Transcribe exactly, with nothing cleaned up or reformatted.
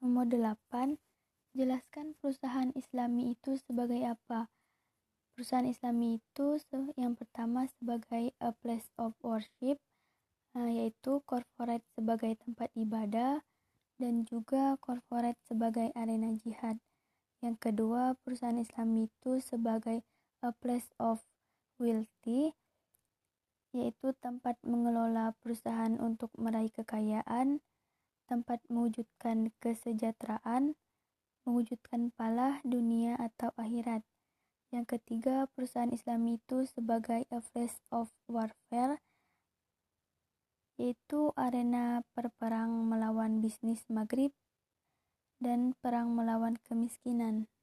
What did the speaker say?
Nomor delapan. Jelaskan perusahaan Islami itu sebagai apa? Perusahaan Islami itu yang pertama sebagai a place of worship, yaitu corporate sebagai tempat ibadah dan juga corporate sebagai arena jihad. Yang kedua, perusahaan Islami itu sebagai a place of wealthy, yaitu tempat mengelola perusahaan untuk meraih kekayaan, tempat mewujudkan kesejahteraan, mewujudkan palah dunia atau akhirat. Yang ketiga, perusahaan Islami itu sebagai a place of warfare, yaitu arena perperang melawan bisnis Maghrib dan perang melawan kemiskinan.